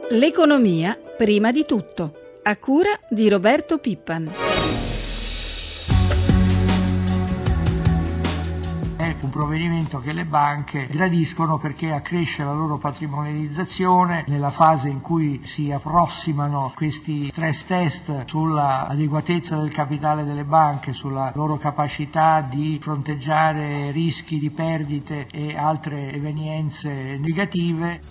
L'economia prima di tutto, a cura di Roberto Pippan. È un provvedimento che le banche gradiscono perché accresce la loro patrimonializzazione nella fase in cui si approssimano questi stress test sulla adeguatezza del capitale delle banche, sulla loro capacità di fronteggiare rischi di perdite e altre evenienze negative.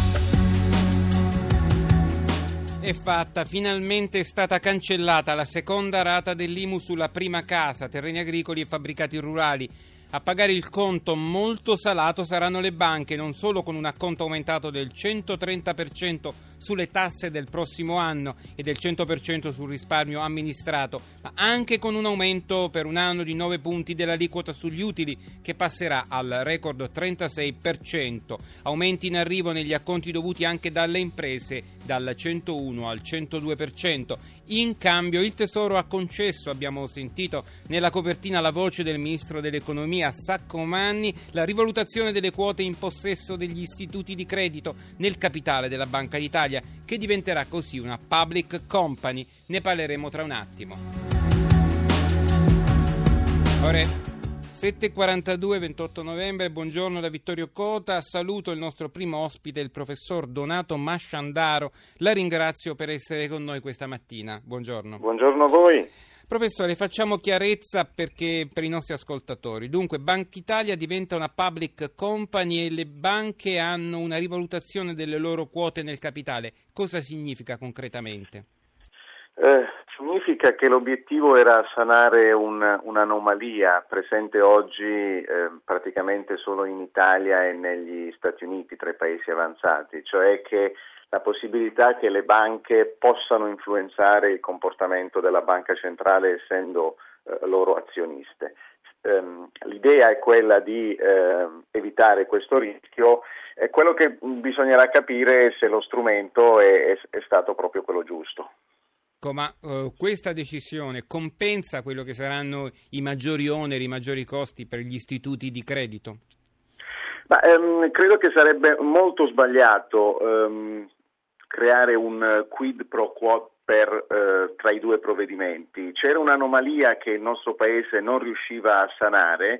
È fatta, finalmente è stata cancellata la seconda rata dell'IMU sulla prima casa, terreni agricoli e fabbricati rurali. A pagare il conto molto salato saranno le banche, non solo con un acconto aumentato del 130% sulle tasse del prossimo anno e del 100% sul risparmio amministrato, ma anche con un aumento per un anno di 9 punti dell'aliquota sugli utili, che passerà al record 36%. Aumenti in arrivo negli acconti dovuti anche dalle imprese, dal 101 al 102%. In cambio il Tesoro ha concesso, abbiamo sentito nella copertina la voce del ministro dell'economia Saccomanni, la rivalutazione delle quote in possesso degli istituti di credito nel capitale della Banca d'Italia, che diventerà così una public company. Ne parleremo tra un attimo. Ore 7.42, 28 novembre, buongiorno da Vittorio Cota, saluto il nostro primo ospite, il professor Donato Masciandaro, la ringrazio per essere con noi questa mattina, buongiorno. Buongiorno a voi. Professore, facciamo chiarezza perché per i nostri ascoltatori. Dunque, Banca Italia diventa una public company e le banche hanno una rivalutazione delle loro quote nel capitale. Cosa significa concretamente? Significa che l'obiettivo era sanare un'anomalia presente oggi praticamente solo in Italia e negli Stati Uniti, tra i paesi avanzati, cioè che la possibilità che le banche possano influenzare il comportamento della banca centrale essendo loro azioniste. L'idea è quella di evitare questo rischio, è quello che bisognerà capire se lo strumento è stato proprio quello giusto. Ma questa decisione compensa quello che saranno i maggiori oneri, i maggiori costi per gli istituti di credito? Credo che sarebbe molto sbagliato creare un quid pro quo tra i due provvedimenti. C'era un'anomalia che il nostro Paese non riusciva a sanare.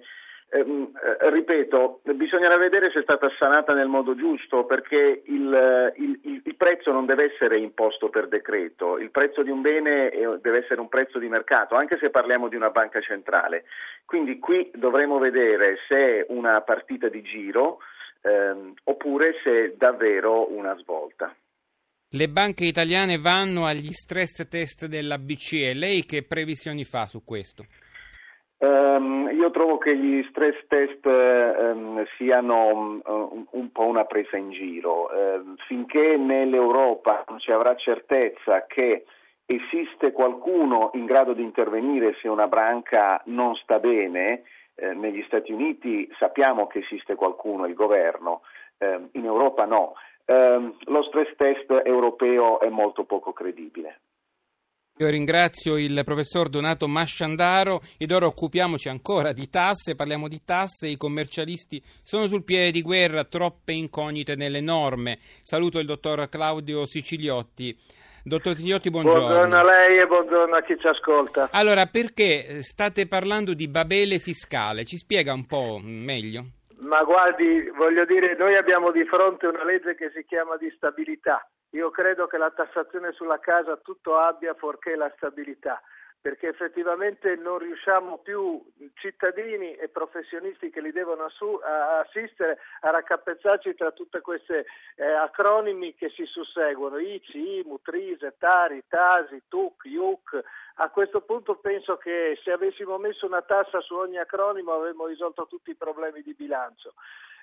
Ripeto, bisognerà vedere se è stata sanata nel modo giusto, perché il prezzo non deve essere imposto per decreto, il prezzo di un bene deve essere un prezzo di mercato, anche se parliamo di una banca centrale. Quindi qui dovremo vedere se è una partita di giro oppure se è davvero una svolta. Le banche italiane vanno agli stress test della BCE, lei che previsioni fa su questo? Io trovo che gli stress test siano un po' una presa in giro. Finché nell'Europa non si avrà certezza che esiste qualcuno in grado di intervenire se una banca non sta bene, negli Stati Uniti sappiamo che esiste qualcuno, il governo, in Europa no. Lo stress test europeo è molto poco credibile. Io ringrazio il professor Donato Masciandaro ed ora occupiamoci ancora di tasse, parliamo di tasse, i commercialisti sono sul piede di guerra, troppe incognite nelle norme. Saluto il dottor Claudio Siciliotti. Dottor Siciliotti, buongiorno. Buongiorno a lei e buongiorno a chi ci ascolta. Allora, perché state parlando di Babele fiscale? Ci spiega un po' meglio? Ma guardi, voglio dire, noi abbiamo di fronte una legge che si chiama di stabilità. Io credo che la tassazione sulla casa tutto abbia fuorché la stabilità, perché effettivamente non riusciamo più, cittadini e professionisti che li devono assistere, a raccapezzarci tra tutte queste acronimi che si susseguono, ICI, IMU, TRISE, TARI, TASI, TUC, IUC. A questo punto penso che se avessimo messo una tassa su ogni acronimo avremmo risolto tutti i problemi di bilancio.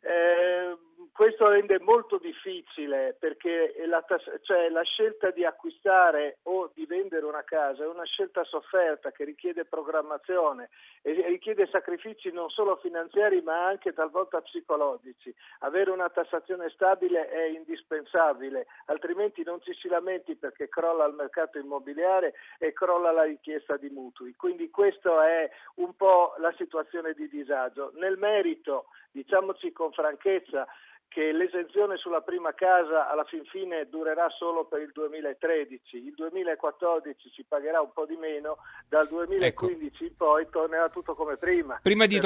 Questo rende molto difficile perché la scelta di acquistare o di vendere una casa è una scelta sofferta che richiede programmazione e richiede sacrifici non solo finanziari ma anche talvolta psicologici. Avere una tassazione stabile è indispensabile, altrimenti non ci si lamenti perché crolla il mercato immobiliare e crolla la richiesta di mutui. Quindi questa è un po' la situazione di disagio. Nel merito, diciamoci con franchezza, che l'esenzione sulla prima casa alla fin fine durerà solo per il 2013, il 2014 si pagherà un po' di meno, dal 2015 in poi tornerà tutto come prima.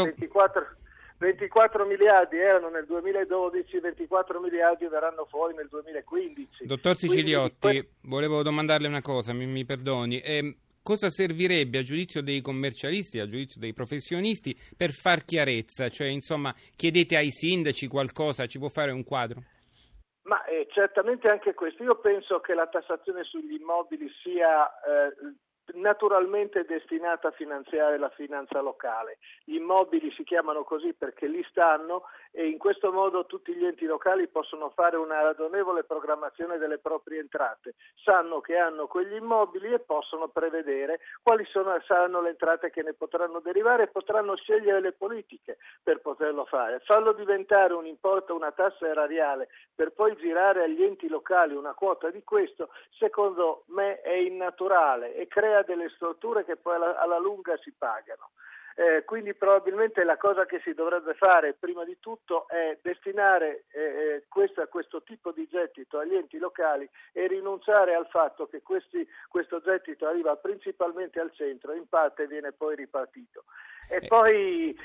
24 miliardi erano nel 2012, 24 miliardi verranno fuori nel 2015. Dottor Siciliotti, volevo domandarle una cosa, mi perdoni. Cosa servirebbe a giudizio dei commercialisti, a giudizio dei professionisti, per far chiarezza? Cioè, insomma, chiedete ai sindaci qualcosa, ci può fare un quadro? Ma certamente anche questo. Io penso che la tassazione sugli immobili sia naturalmente destinata a finanziare la finanza locale. Gli immobili si chiamano così perché lì stanno e in questo modo tutti gli enti locali possono fare una ragionevole programmazione delle proprie entrate. Sanno che hanno quegli immobili e possono prevedere quali saranno le entrate che ne potranno derivare e potranno scegliere le politiche per poterlo fare. Farlo diventare un importo, una tassa erariale per poi girare agli enti locali una quota di questo, secondo me è innaturale e crea delle strutture che poi alla lunga si pagano. Quindi probabilmente la cosa che si dovrebbe fare prima di tutto è destinare questo tipo di gettito agli enti locali e rinunciare al fatto che questo gettito arriva principalmente al centro, in parte viene poi ripartito. E poi,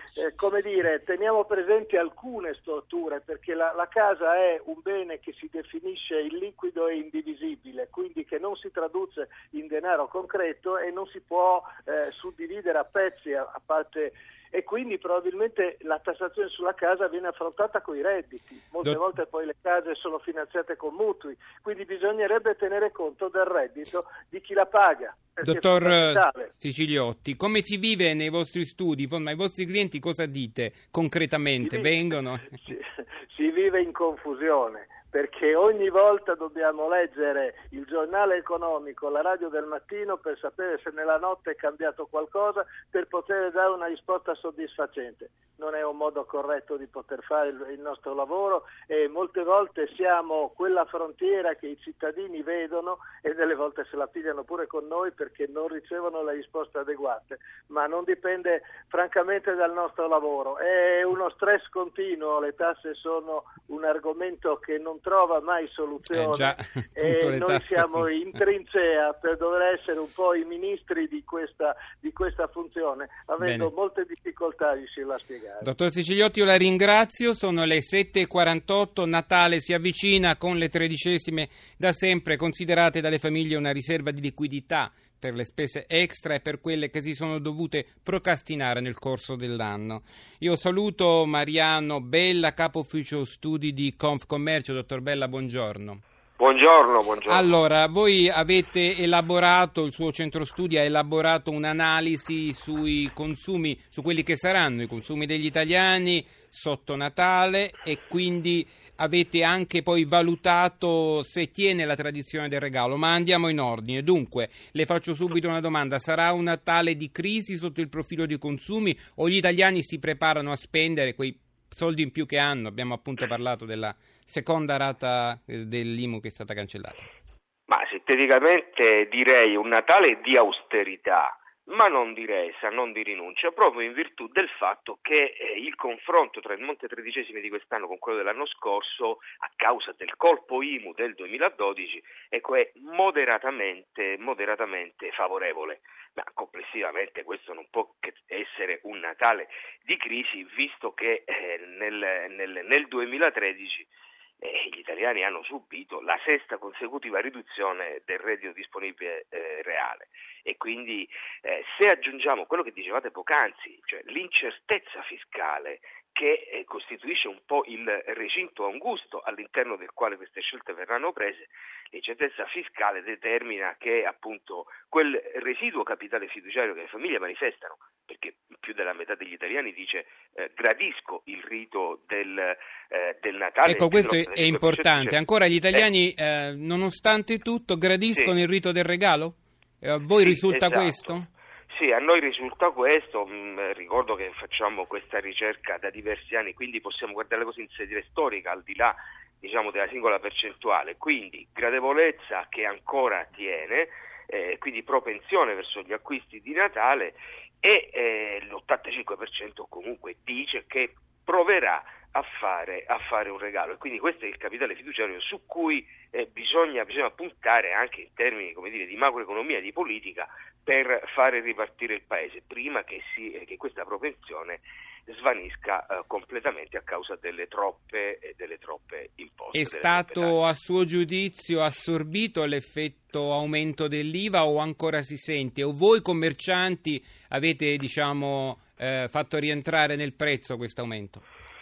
teniamo presenti alcune storture, perché la casa è un bene che si definisce illiquido e indivisibile, quindi che non si traduce in denaro concreto e non si può suddividere a pezzi, a parte. E quindi probabilmente la tassazione sulla casa viene affrontata coi redditi. Molte volte poi le case sono finanziate con mutui, quindi bisognerebbe tenere conto del reddito di chi la paga. Dottor Siciliotti, come si vive nei vostri studi? Ma i vostri clienti cosa dite concretamente? Vengono? Si vive in confusione, perché ogni volta dobbiamo leggere il giornale economico, la radio del mattino per sapere se nella notte è cambiato qualcosa, per poter dare una risposta soddisfacente. Non è un modo corretto di poter fare il nostro lavoro e molte volte siamo quella frontiera che i cittadini vedono e delle volte se la pigliano pure con noi perché non ricevono le risposte adeguate, ma non dipende francamente dal nostro lavoro. È uno stress continuo, le tasse sono un argomento che non trova mai soluzione e noi siamo in trincea per dover essere un po' i ministri di questa funzione, avendo molte difficoltà a riuscirla a spiegare. Dottor Siciliotti, io la ringrazio, sono le 7:48, Natale si avvicina con le tredicesime da sempre considerate dalle famiglie una riserva di liquidità per le spese extra e per quelle che si sono dovute procrastinare nel corso dell'anno. Io saluto Mariano Bella, capo ufficio studi di Confcommercio. Dottor Bella, buongiorno. Buongiorno. Allora, voi avete elaborato, il suo centro studi ha elaborato un'analisi sui consumi, su quelli che saranno i consumi degli italiani sotto Natale e quindi avete anche poi valutato se tiene la tradizione del regalo, ma andiamo in ordine. Dunque, le faccio subito una domanda: sarà un Natale di crisi sotto il profilo dei consumi o gli italiani si preparano a spendere quei soldi in più che hanno? Abbiamo appunto parlato della seconda rata dell'IMU che è stata cancellata. Ma sinteticamente direi un Natale di austerità, ma non di resa, non di rinuncia, proprio in virtù del fatto che il confronto tra il monte tredicesimi di quest'anno con quello dell'anno scorso, a causa del colpo IMU del 2012, è moderatamente favorevole. Ma complessivamente questo non può che essere un Natale di crisi, visto che nel 2013 gli italiani hanno subito la sesta consecutiva riduzione del reddito disponibile reale e quindi se aggiungiamo quello che dicevate poc'anzi, cioè l'incertezza fiscale che costituisce un po' il recinto angusto all'interno del quale queste scelte verranno prese, l'incertezza fiscale determina che appunto quel residuo capitale fiduciario che le famiglie manifestano, perché più della metà degli italiani dice gradisco il rito del Natale. Ecco, questo è importante. Ancora gli italiani, nonostante tutto, gradiscono il rito del regalo? A voi risulta questo? Sì, a noi risulta questo. Ricordo che facciamo questa ricerca da diversi anni, quindi possiamo guardare le cose in sede storica, al di là della singola percentuale. Quindi gradevolezza che ancora tiene, quindi propensione verso gli acquisti di Natale e l'85% comunque dice che proverà a fare un regalo. E quindi questo è il capitale fiduciario su cui bisogna puntare anche in termini, come dire, di macroeconomia, di politica, per fare ripartire il paese prima che questa propensione svanisca completamente a causa delle troppe imposte. È stato a suo giudizio assorbito l'effetto aumento dell'IVA o ancora si sente? O voi commercianti avete fatto rientrare nel prezzo questo aumento?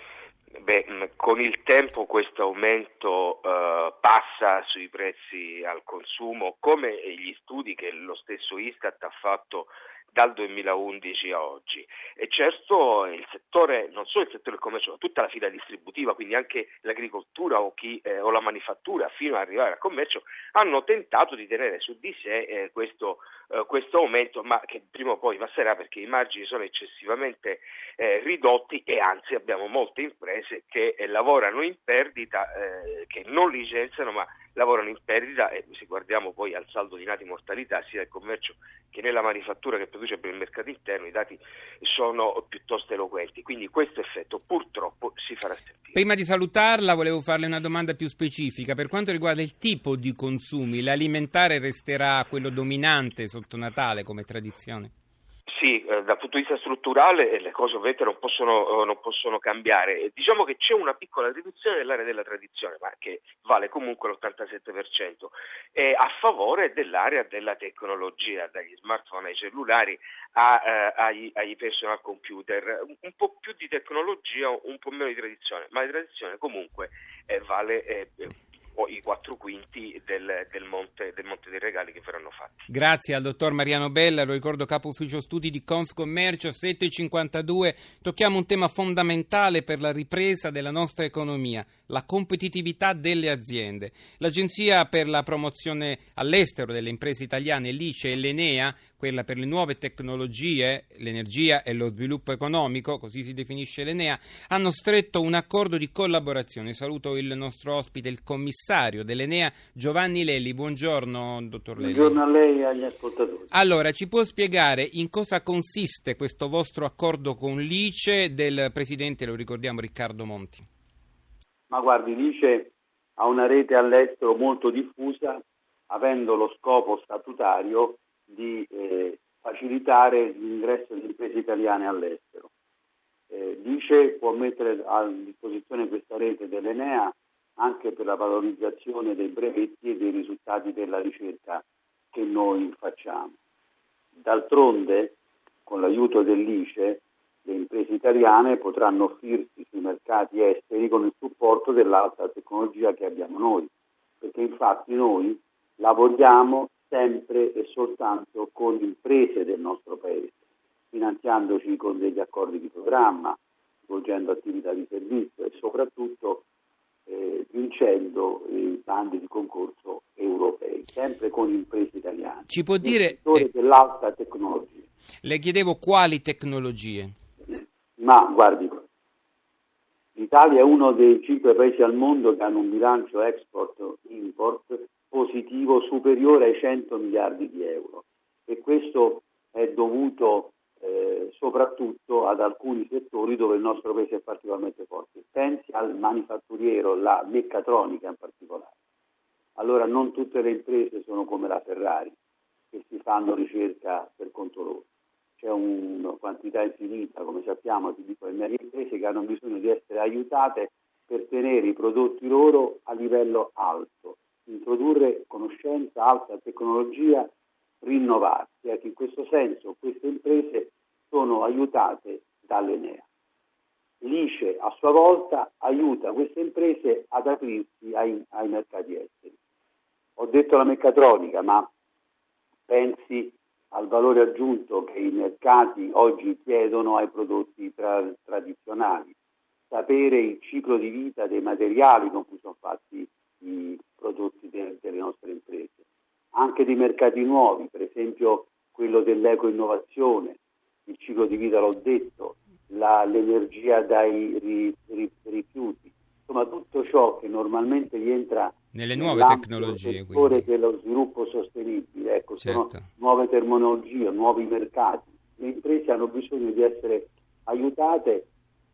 Con il tempo questo aumento passa sui prezzi al consumo, come gli studi che lo stesso Istat ha fatto dal 2011 a oggi. E certo il settore, non solo il settore del commercio, ma tutta la fila distributiva, quindi anche l'agricoltura o la manifattura fino ad arrivare al commercio, hanno tentato di tenere su di sé questo aumento, ma che prima o poi passerà perché i margini sono eccessivamente ridotti e anzi abbiamo molte imprese che lavorano in perdita, che non licenziano ma lavorano in perdita, e se guardiamo poi al saldo di nati mortalità sia nel commercio che nella manifattura che produce per il mercato interno, i dati sono piuttosto eloquenti, quindi questo effetto purtroppo si farà sentire. Prima di salutarla volevo farle una domanda più specifica per quanto riguarda il tipo di consumi. L'alimentare resterà quello dominante sotto Natale come tradizione? Sì, dal punto di vista strutturale le cose ovviamente non possono cambiare. Diciamo che c'è una piccola riduzione nell'area della tradizione, ma che vale comunque l'87%, a favore dell'area della tecnologia, dagli smartphone ai cellulari ai personal computer. Un po' più di tecnologia, un po' meno di tradizione, ma la tradizione comunque vale i 4/5 del monte dei regali che verranno fatti. Grazie al dottor Mariano Bella, lo ricordo capo ufficio studi di Confcommercio. 7:52, tocchiamo un tema fondamentale per la ripresa della nostra economia, la competitività delle aziende. L'Agenzia per la promozione all'estero delle imprese italiane, l'ICE e l'Enea, quella per le nuove tecnologie, l'energia e lo sviluppo economico, così si definisce l'Enea, hanno stretto un accordo di collaborazione. Saluto il nostro ospite, il commissario dell'Enea, Giovanni Lelli. Buongiorno, dottor Lelli. Buongiorno a lei e agli ascoltatori. Allora, ci può spiegare in cosa consiste questo vostro accordo con l'ICE del presidente, lo ricordiamo, Riccardo Monti? Ma guardi, l'ICE ha una rete all'estero molto diffusa, avendo lo scopo statutario di facilitare l'ingresso di imprese italiane all'estero. L'ICE può mettere a disposizione questa rete dell'Enea anche per la valorizzazione dei brevetti e dei risultati della ricerca che noi facciamo. D'altronde, con l'aiuto dell'ICE, le imprese italiane potranno offrirsi sui mercati esteri con il supporto dell'alta tecnologia che abbiamo noi, perché infatti noi lavoriamo sempre e soltanto con imprese del nostro paese, finanziandoci con degli accordi di programma, svolgendo attività di servizio e soprattutto vincendo i bandi di concorso europei, sempre con imprese italiane. Ci può dire nel settore dell'alta tecnologia. Le chiedevo quali tecnologie? Ma guardi, l'Italia è uno dei 5 paesi al mondo che hanno un bilancio export-import positivo superiore ai 100 miliardi di euro, e questo è dovuto soprattutto ad alcuni settori dove il nostro paese è particolarmente forte. Pensi al manifatturiero, la meccatronica in particolare. Allora non tutte le imprese sono come la Ferrari, che si fanno ricerca per conto loro. C'è una quantità infinita, come sappiamo, di piccole e medie imprese che hanno bisogno di essere aiutate per tenere i prodotti loro a livello alto, introdurre conoscenza, alta tecnologia, rinnovarsi. Ecco, in questo senso queste imprese sono aiutate dall'Enea. L'ICE a sua volta aiuta queste imprese ad aprirsi ai mercati esteri. Ho detto la meccatronica, ma pensi al valore aggiunto che i mercati oggi chiedono ai prodotti tradizionali, sapere il ciclo di vita dei materiali con cui sono fatti i prodotti delle nostre imprese, anche dei mercati nuovi, per esempio quello dell'eco-innovazione, il ciclo di vita l'ho detto, l'energia dai rifiuti, insomma tutto ciò che normalmente rientra nelle nuove tecnologie, nel settore dello sviluppo sostenibile, ecco, certo. Sono nuove terminologie, nuovi mercati. Le imprese hanno bisogno di essere aiutate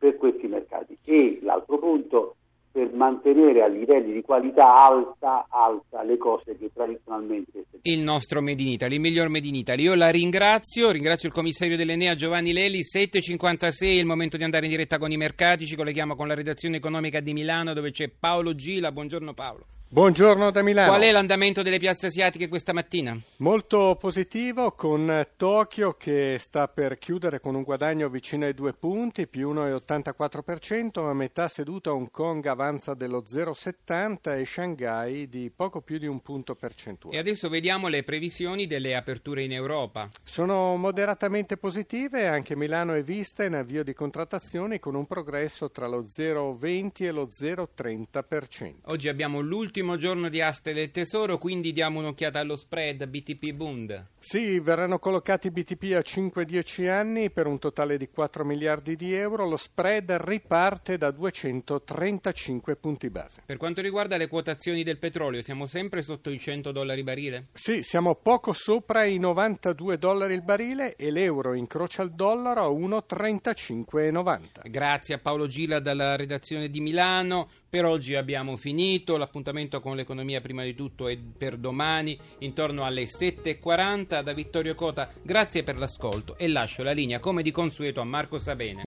per questi mercati. E l'altro punto, per mantenere a livelli di qualità alta le cose che tradizionalmente... Il nostro Made in Italy, il miglior Made in Italy. Io la ringrazio il commissario dell'Enea Giovanni Lelli. 7.56 è il momento di andare in diretta con i mercati. Ci colleghiamo con la redazione economica di Milano, dove c'è Paolo Gila. Buongiorno Paolo. Buongiorno da Milano. Qual è l'andamento delle piazze asiatiche questa mattina? Molto positivo, con Tokyo che sta per chiudere con un guadagno vicino ai 2 punti, più 1,84%, a metà seduta Hong Kong avanza dello 0,70% e Shanghai di poco più di 1 punto percentuale. E adesso vediamo le previsioni delle aperture in Europa. Sono moderatamente positive, anche Milano è vista in avvio di contrattazioni con un progresso tra lo 0,20 e lo 0,30%. Oggi abbiamo l'ultimo giorno di aste del Tesoro, quindi diamo un'occhiata allo spread BTP Bund. Sì, verranno collocati BTP a 5-10 anni per un totale di 4 miliardi di euro. Lo spread riparte da 235 punti base. Per quanto riguarda le quotazioni del petrolio, siamo sempre sotto i $100 barile? Sì, siamo poco sopra i $92 il barile e l'euro incrocia il dollaro a 1,3590. Grazie a Paolo Gila dalla redazione di Milano. Per oggi abbiamo finito, l'appuntamento con l'economia prima di tutto è per domani intorno alle 7.40. Da Vittorio Cota grazie per l'ascolto e lascio la linea come di consueto a Marco Sabene.